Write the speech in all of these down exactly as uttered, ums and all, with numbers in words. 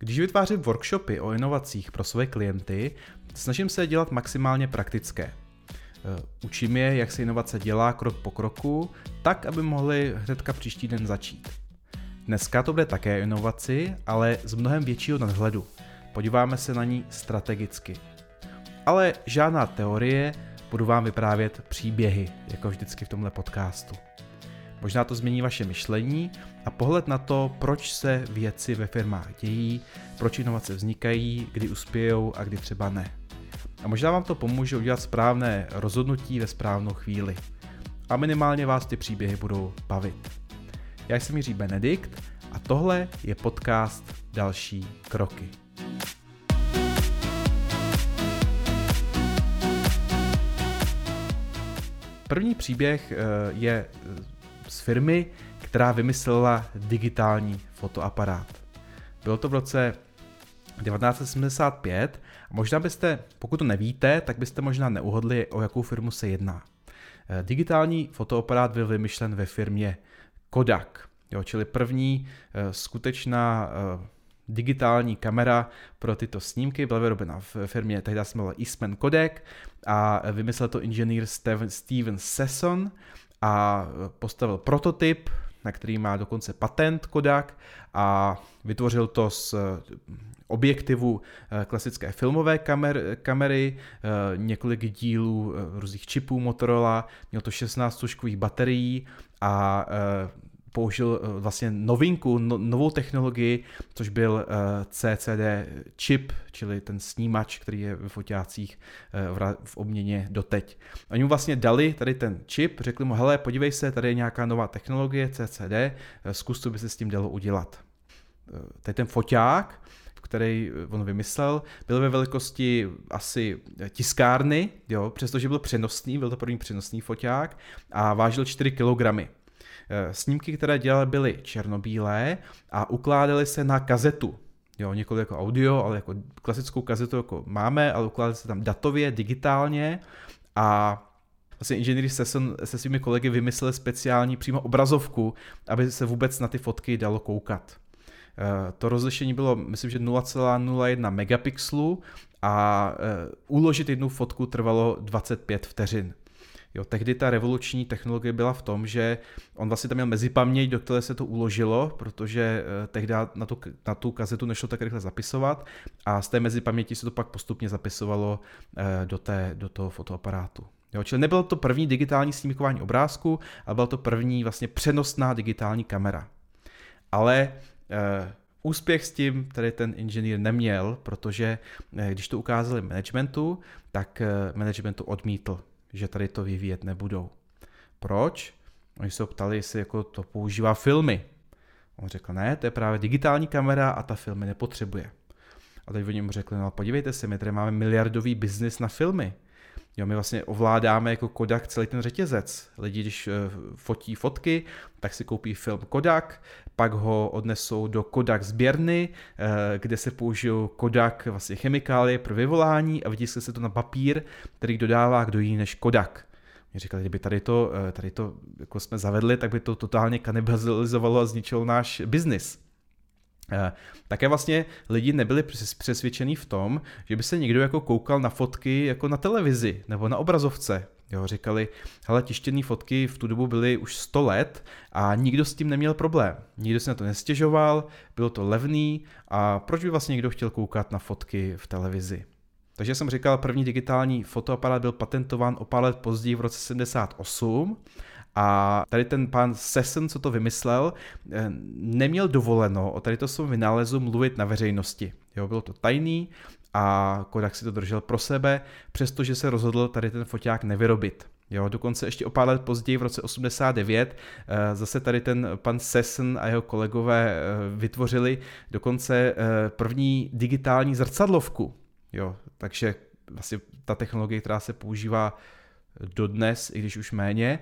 Když vytvářím workshopy o inovacích pro své klienty, snažím se je dělat maximálně praktické. Učím je, jak se inovace dělá krok po kroku, tak, aby mohli hnedka příští den začít. Dneska to bude také inovaci, ale z mnohem většího nadhledu. Podíváme se na ní strategicky. Ale žádná teorie, budu vám vyprávět příběhy, jako vždycky v tomhle podcastu. Možná to změní vaše myšlení a pohled na to, proč se věci ve firmách dějí, proč inovace vznikají, kdy uspějou a kdy třeba ne. A možná vám to pomůže udělat správné rozhodnutí ve správnou chvíli. A minimálně vás ty příběhy budou bavit. Já jsem Jiří Benedikt a tohle je podcast Další kroky. První příběh je z firmy, která vymyslela digitální fotoaparát. Bylo to v roce devatenáct set sedmdesát pět a možná byste, pokud to nevíte, tak byste možná neuhodli, o jakou firmu se jedná. Digitální fotoaparát byl vymyšlen ve firmě Kodak, jo, čili první skutečná digitální kamera pro tyto snímky byla vyrobena v firmě, tehdy se jmenovala Eastman Kodak a vymyslel to inženýr Steven, Steven Sasson a postavil prototyp, na který má dokonce patent Kodak a vytvořil to z objektivu klasické filmové kamer, kamery, několik dílů různých čipů Motorola, měl to šestnáct složkových baterií a použil vlastně novinku, no, novou technologii, což byl C C D čip, čili ten snímač, který je ve foťácích v, v obměně doteď. Oni mu vlastně dali tady ten čip, řekli mu, hele, podívej se, tady je nějaká nová technologie C C D, zkus, co by se s tím dalo udělat. Tady ten foťák, který on vymyslel, byl ve velikosti asi tiskárny, jo, přestože byl přenosný, byl to první přenosný foťák a vážil čtyři kilogramy. Snímky, které dělali, byly černobílé a ukládaly se na kazetu. Jo, nikoli jako audio, ale jako klasickou kazetu jako máme, ale ukládaly se tam datově, digitálně a vlastně inženýři Sasson se svými kolegy vymysleli speciální přímo obrazovku, aby se vůbec na ty fotky dalo koukat. To rozlišení bylo, myslím, že nula celá nula jedna megapixelu a uložit jednu fotku trvalo dvacet pět vteřin. Jo, tehdy ta revoluční technologie byla v tom, že on vlastně tam měl mezipaměť, do které se to uložilo, protože tehdy na tu, na tu kazetu nešlo tak rychle zapisovat a z té mezipaměti se to pak postupně zapisovalo do, té, do toho fotoaparátu. Jo, čili nebylo to první digitální snímkování obrázku, ale byla to první vlastně přenosná digitální kamera. Ale eh, úspěch s tím tady ten inženýr neměl, protože eh, když to ukázali managementu, tak eh, managementu odmítl, že tady to vyvíjet nebudou. Proč? Oni se ho ptali, jestli jako to používá filmy. On řekl, ne, to je právě digitální kamera a ta filmy nepotřebuje. A teď oni mu řekli, no podívejte se, my tady máme miliardový biznis na filmy. Jo, my vlastně ovládáme jako Kodak celý ten řetězec. Lidi, když fotí fotky, tak si koupí film Kodak, pak ho odnesou do Kodak sběrny, kde se použijou Kodak vlastně chemikálie pro vyvolání a vytiskne se to na papír, který dodává kdo jiný než Kodak. Mě říkali, kdyby tady to, tady to jako jsme zavedli, tak by to totálně kanibalizovalo a zničilo náš biznis. Také vlastně lidi nebyli přesvědčení v tom, že by se někdo jako koukal na fotky jako na televizi nebo na obrazovce. Jo, říkali, hele, tištěné fotky v tu dobu byly už sto let a nikdo s tím neměl problém. Nikdo si na to nestěžoval, bylo to levný a proč by vlastně někdo chtěl koukat na fotky v televizi? Takže jsem říkal, první digitální fotoaparát byl patentován o pár let později v roce sedmdesát osm. A tady ten pán Sasson, co to vymyslel, neměl dovoleno o tady to svém vynálezu mluvit na veřejnosti. Jo, bylo to tajný a Kodak si to držel pro sebe, přestože se rozhodl tady ten foťák nevyrobit. Jo, dokonce ještě o pár let později v roce osmdesát devět zase tady ten pan Sasson a jeho kolegové vytvořili dokonce první digitální zrcadlovku. Jo, takže vlastně ta technologie, která se používá dodnes, i když už méně,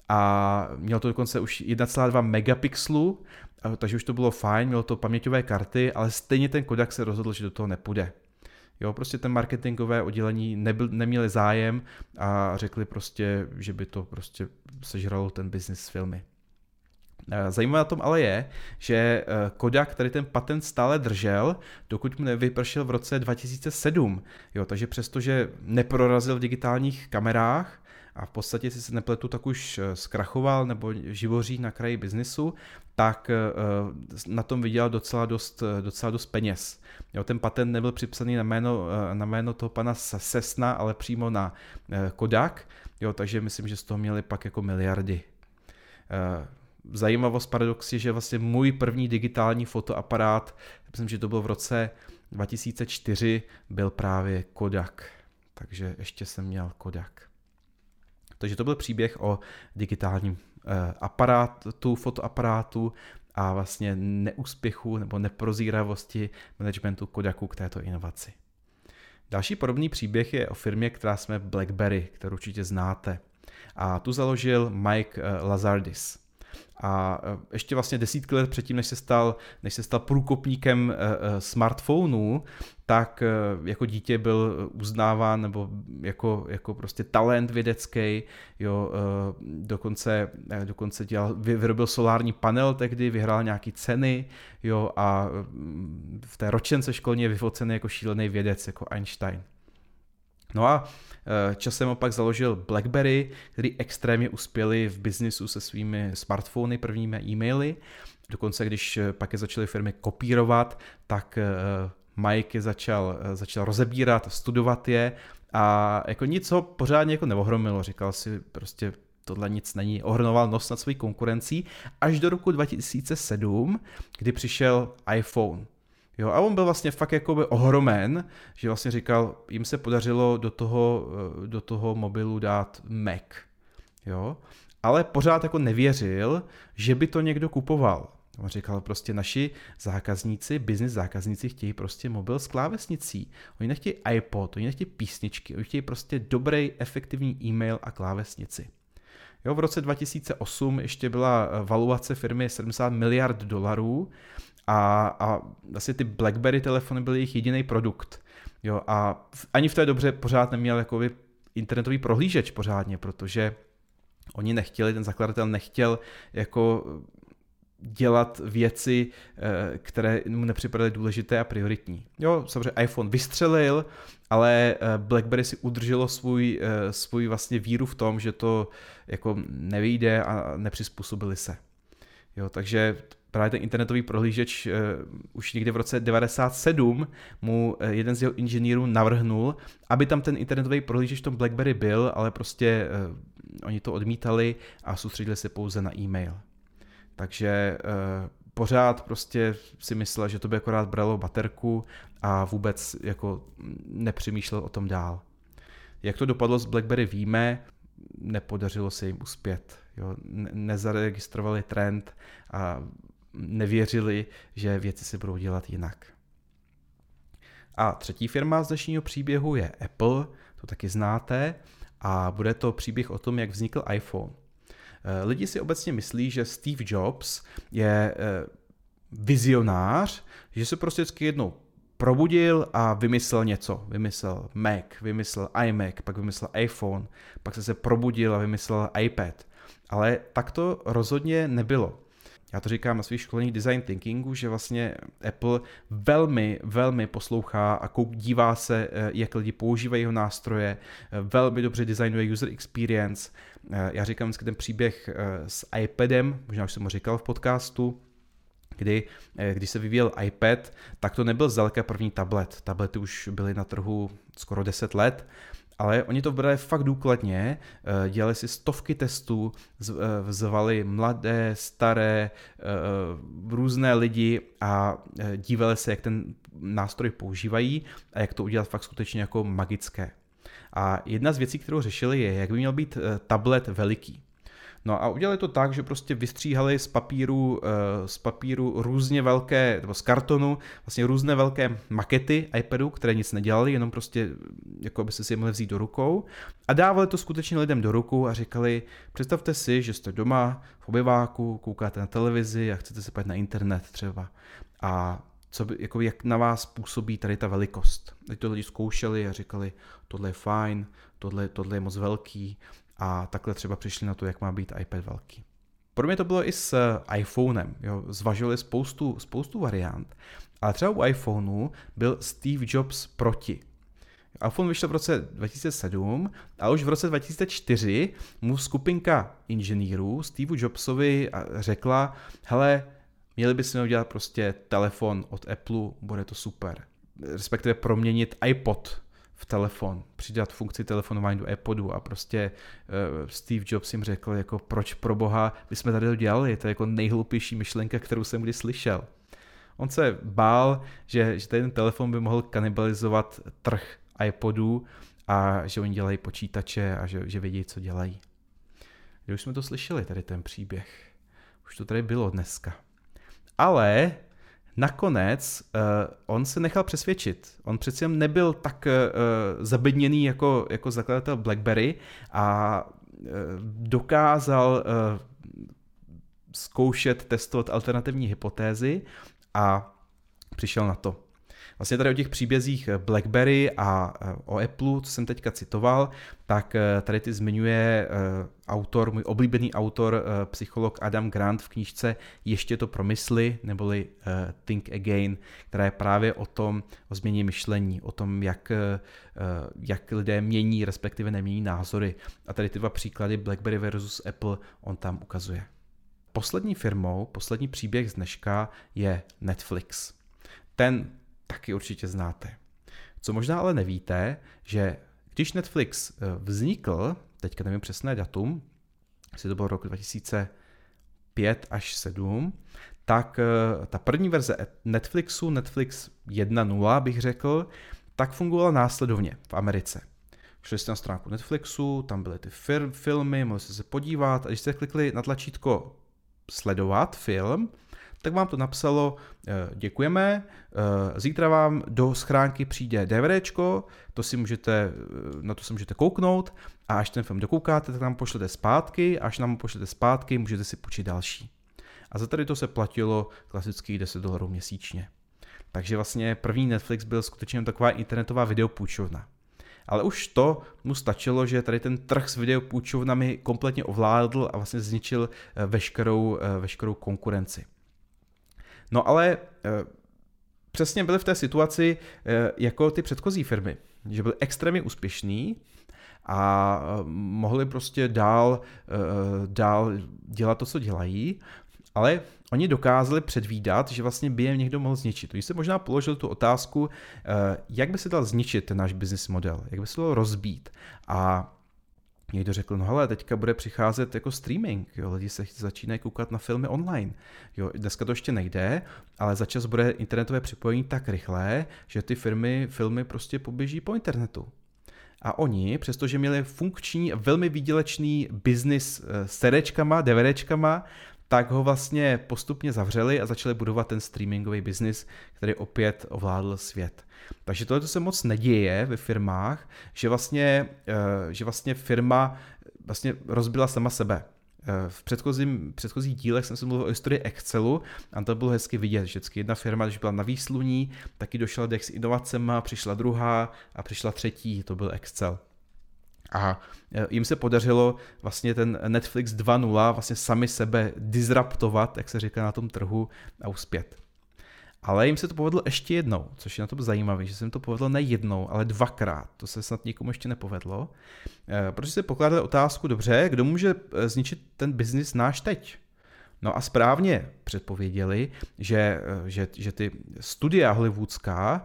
a mělo to dokonce už jedna celá dva megapixelu, takže už to bylo fajn, mělo to paměťové karty, ale stejně ten Kodak se rozhodl, že do toho nepůjde. Jo, prostě ten marketingové oddělení nebyl, neměli zájem a řekli prostě, že by to prostě sežralo ten business s filmy. Zajímavé na tom ale je, že Kodak tady ten patent stále držel, dokud mu nevypršel v roce dva tisíce sedm. Jo, takže přestože neprorazil v digitálních kamerách a v podstatě, jestli se nepletu, tak už zkrachoval nebo živoří na kraji biznisu, tak na tom vydělal docela dost, docela dost peněz. Jo, ten patent nebyl připsaný na jméno, na jméno toho pana Cessna, ale přímo na Kodak, jo, takže myslím, že z toho měli pak jako miliardy. Zajímavost, paradox je, že vlastně můj první digitální fotoaparát, myslím, že to byl v roce dva tisíce čtyři, byl právě Kodak. Takže ještě jsem měl Kodak. Takže to byl příběh o digitálním eh, aparátu, fotoaparátu a vlastně neúspěchu nebo neprozíravosti managementu Kodaku k této inovaci. Další podobný příběh je o firmě, která se jmenuje BlackBerry, kterou určitě znáte. A tu založil Mike eh, Lazardis. A ještě vlastně desítky let předtím, než se stal, než se stal průkopníkem smartphonů, tak jako dítě byl uznáván nebo jako, jako prostě talent vědecký, jo, dokonce, dokonce dělal, vyrobil solární panel tehdy, vyhrál nějaký ceny, jo, a v té ročence školní je vyfocený jako šílený vědec, jako Einstein. No a časem opak založil BlackBerry, který extrémně uspěli v biznisu se svými smartfony, prvními e-maily. Dokonce, když pak je začaly firmy kopírovat, tak Mike je začal, začal rozebírat, studovat je a jako nic ho pořádně jako neohromilo. Říkal si prostě, tohle nic není, ohrnoval nos nad svojí konkurencí až do roku dva tisíce sedm, kdy přišel iPhone. Jo, a on byl vlastně fakt jakoby ohromen, že vlastně říkal, jim se podařilo do toho, do toho mobilu dát Mac. Jo, ale pořád jako nevěřil, že by to někdo kupoval. On říkal prostě, naši zákazníci, business zákazníci chtějí prostě mobil s klávesnicí. Oni nechtějí iPod, oni nechtějí písničky, oni chtějí prostě dobrý, efektivní e-mail a klávesnici. Jo, v roce dva tisíce osm ještě byla valuace firmy sedmdesát miliard dolarů, A, a asi ty BlackBerry telefony byly jejich jediný produkt. Jo, a ani v té dobře pořád neměl jakoby internetový prohlížeč pořádně, protože oni nechtěli, ten zakladatel nechtěl jako dělat věci, které mu nepřipadaly důležité a prioritní. Jo, samozřejmě iPhone vystřelil, ale BlackBerry si udrželo svůj, svůj vlastně víru v tom, že to jako nevyjde a nepřizpůsobili se. Jo, takže právě ten internetový prohlížeč uh, už někdy v roce devadesát sedm mu uh, jeden z jeho inženýrů navrhnul, aby tam ten internetový prohlížeč v tom BlackBerry byl, ale prostě uh, oni to odmítali a soustředili se pouze na e-mail. Takže uh, pořád prostě si myslel, že to by akorát bralo baterku a vůbec jako nepřemýšlel o tom dál. Jak to dopadlo s BlackBerry víme, nepodařilo se jim uspět. Jo? Nezaregistrovali trend a nevěřili, že věci se budou dělat jinak. A třetí firma z dnešního příběhu je Apple, to taky znáte, a bude to příběh o tom, jak vznikl iPhone. Lidi si obecně myslí, že Steve Jobs je vizionář, že se prostě vždycky jednou probudil a vymyslel něco. Vymyslel Mac, vymyslel iMac, pak vymyslel iPhone, pak se se probudil a vymyslel iPad. Ale tak to rozhodně nebylo. Já to říkám na svých školních design thinkingu, že vlastně Apple velmi, velmi poslouchá a dívá se, jak lidi používají jeho nástroje, velmi dobře designuje user experience. Já říkám vždycky ten příběh s iPadem, možná už jsem ho říkal v podcastu, kdy, když se vyvíjel iPad, tak to nebyl zdaleka první tablet. Tablety už byly na trhu skoro deset let, ale oni to brali fakt důkladně, dělali si stovky testů, zvali mladé, staré, různé lidi a dívali se, jak ten nástroj používají a jak to udělat fakt skutečně jako magické. A jedna z věcí, kterou řešili, je, jak by měl být tablet veliký. No a udělali to tak, že prostě vystříhali z papíru, z papíru různě velké, nebo z kartonu, vlastně různé velké makety iPadu, které nic nedělali, jenom prostě jako by se si je mohli vzít do rukou a dávali to skutečně lidem do rukou a říkali, představte si, že jste doma v obyváku, koukáte na televizi a chcete se podívat na internet třeba a co by, jako jak na vás působí tady ta velikost. Teď to lidi zkoušeli a říkali, tohle je fajn, tohle, tohle je moc velký. A takhle třeba přišli na to, jak má být iPad velký. Pro mě to bylo i s iPhonem, jo, zvažovali spoustu, spoustu variant, ale třeba u iPhoneu byl Steve Jobs proti. iPhone vyšel v roce dva tisíce sedm a už v roce dva tisíce čtyři mu skupinka inženýrů Steve Jobsovi řekla, hele, měli bychom udělat prostě telefon od Apple, bude to super. Respektive proměnit iPod v telefon, přidat funkci telefonování do iPodu a prostě uh, Steve Jobs jim řekl, jako proč pro boha bychom tady to dělali, to je jako nejhloupější myšlenka, kterou jsem kdy slyšel. On se bál, že, že ten telefon by mohl kanibalizovat trh iPodů a že oni dělají počítače a že, že vědí, co dělají. Když už jsme to slyšeli, tady ten příběh. Už to tady bylo dneska. Ale nakonec uh, on se nechal přesvědčit. On přeci jen nebyl tak uh, zabedněný jako, jako zakladatel BlackBerry a uh, dokázal uh, zkoušet, testovat alternativní hypotézy a přišel na to. Vlastně tady o těch příbězích BlackBerry a o Apple, co jsem teďka citoval, tak tady ty zmiňuje autor, můj oblíbený autor, psycholog Adam Grant v knížce Ještě to promysli, neboli Think Again, která je právě o tom, o změně myšlení, o tom, jak, jak lidé mění, respektive nemění názory. A tady ty dva příklady BlackBerry versus Apple on tam ukazuje. Poslední firmou, poslední příběh z dneška je Netflix. Ten taky určitě znáte. Co možná ale nevíte, že když Netflix vznikl, teďka nevím přesné datum, jestli to bylo rok dva tisíce pět až sedm, tak ta první verze Netflixu, Netflix jedna tečka nula bych řekl, tak fungovala následovně v Americe. Šli jste na stránku Netflixu, tam byly ty fir- filmy, mohli jste se podívat a když jste klikli na tlačítko sledovat film, tak vám to napsalo, děkujeme, zítra vám do schránky přijde DVDčko, to si můžete, na to si můžete kouknout a až ten film dokoukáte, tak nám pošlete zpátky, až nám pošlete zpátky, můžete si půjčit další. A za tady to se platilo klasických deset dolarů měsíčně. Takže vlastně první Netflix byl skutečně taková internetová videopůjčovna. Ale už to mu stačilo, že tady ten trh s videopůjčovnami kompletně ovládl a vlastně zničil veškerou, veškerou konkurenci. No ale e, přesně byli v té situaci e, jako ty předchozí firmy, že byli extrémně úspěšní a e, mohli prostě dál, e, dál dělat to, co dělají, ale oni dokázali předvídat, že vlastně by je někdo mohl zničit. Když se možná položil tu otázku, e, jak by se dal zničit ten náš business model, jak by se dal rozbít a někdo řekl, no hele, teďka bude přicházet jako streaming, jo, lidi se začínají koukat na filmy online. Jo, dneska to ještě nejde, ale za čas bude internetové připojení tak rychlé, že ty firmy, filmy prostě poběží po internetu. A oni, přestože měli funkční, velmi výdělečný biznis s CDčkama, DVDčkama, tak ho vlastně postupně zavřeli a začali budovat ten streamingový biznis, který opět ovládl svět. Takže tohle se moc neděje ve firmách, že vlastně, že vlastně firma vlastně rozbila sama sebe. V předchozím, předchozích dílech jsem se mluvil o historii Excelu a to bylo hezky vidět, že vždycky jedna firma, když byla na výsluní, taky došla dech s inovacema, přišla druhá a přišla třetí, to byl Excel. A jim se podařilo vlastně ten Netflix dva tečka nula vlastně sami sebe disruptovat, jak se říká na tom trhu, a uspět. Ale jim se to povedlo ještě jednou, což je na tom zajímavé, že se jim to povedlo ne jednou, ale dvakrát. To se snad nikomu ještě nepovedlo. Protože se pokládali otázku, dobře, kdo může zničit ten biznis náš teď? No a správně předpověděli, že, že, že ty studia hollywoodská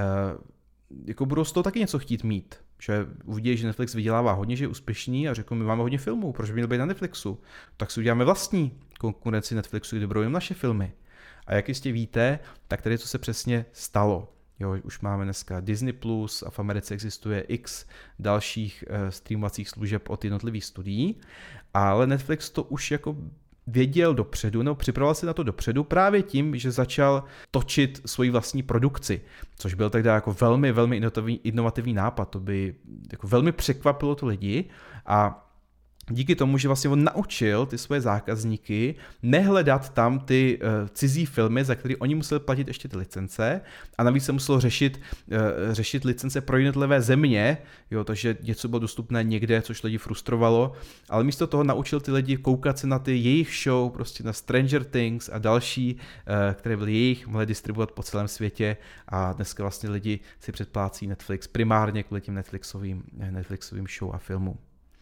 jako budou z toho taky něco chtít mít. Že uvidí, že Netflix vydělává hodně, že je úspěšný a řekl, my máme hodně filmů, proč by měl být na Netflixu? Tak si uděláme vlastní konkurenci Netflixu, kde budou jen naše filmy. A jak jistě víte, tak tady co se přesně stalo. Jo, už máme dneska Disney plus a v Americe existuje x dalších uh, streamovacích služeb od jednotlivých studií, ale Netflix to už jako věděl dopředu, nebo připravoval se na to dopředu právě tím, že začal točit svoji vlastní produkci, což byl tehdy jako velmi, velmi inovativní, inovativní nápad. To by jako velmi překvapilo to lidi a díky tomu, že vlastně on naučil ty svoje zákazníky nehledat tam ty uh, cizí filmy, za které oni museli platit ještě ty licence, a navíc se muselo řešit, uh, řešit licence pro jednotlivé země, jo, takže něco bylo dostupné někde, což lidi frustrovalo, ale místo toho naučil ty lidi koukat se na ty jejich show, prostě na Stranger Things a další, uh, které byly jejich, mohli distribuovat po celém světě, a dneska vlastně lidi si předplácí Netflix primárně kvůli těm Netflixovým, Netflixovým show a filmům.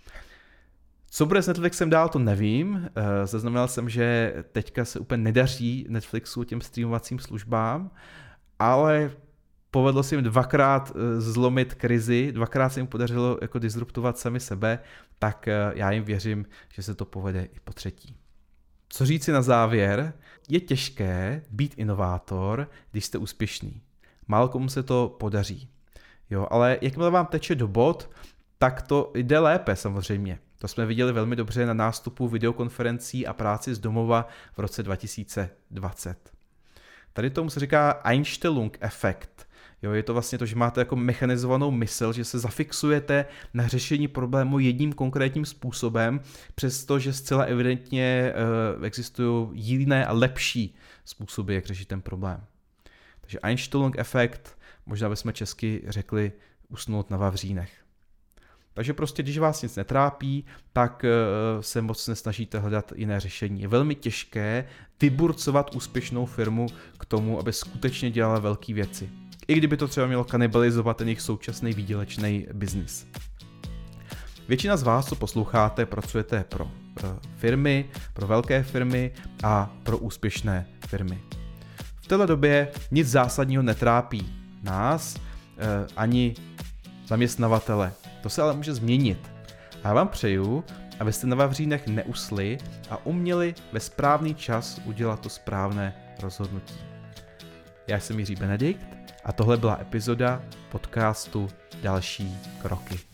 Co bude s Netflixem dál, to nevím. Zaznamenal jsem, že teďka se úplně nedaří Netflixu těm streamovacím službám, ale povedlo se jim dvakrát zlomit krizi, dvakrát se jim podařilo jako disruptovat sami sebe, tak já jim věřím, že se to povede i po třetí. Co říci na závěr? Je těžké být inovátor, když jste úspěšný. Málo komu se to podaří. Jo, ale jakmile vám teče do bod, tak to jde lépe samozřejmě. To jsme viděli velmi dobře na nástupu videokonferencí a práci z domova v roce dva tisíce dvacet. Tady tomu se říká Einstellung efekt. Jo, je to vlastně to, že máte jako mechanizovanou mysl, že se zafixujete na řešení problému jedním konkrétním způsobem, přestože zcela evidentně uh, existují jiné a lepší způsoby, jak řešit ten problém. Takže Einstellung efekt, možná bychom česky řekli usnout na vavřínech. Takže prostě, když vás nic netrápí, tak se moc nesnažíte hledat jiné řešení. Je velmi těžké vyburcovat úspěšnou firmu k tomu, aby skutečně dělala velké věci. I kdyby to třeba mělo kanibalizovat ten jejich současný výdělečný biznis. Většina z vás, co posloucháte, pracujete pro firmy, pro velké firmy a pro úspěšné firmy. V této době nic zásadního netrápí nás, ani zaměstnavatele. To se ale může změnit. A já vám přeju, abyste na vavřínech neusli a uměli ve správný čas udělat to správné rozhodnutí. Já jsem Jiří Benedikt a tohle byla epizoda podcastu Další kroky.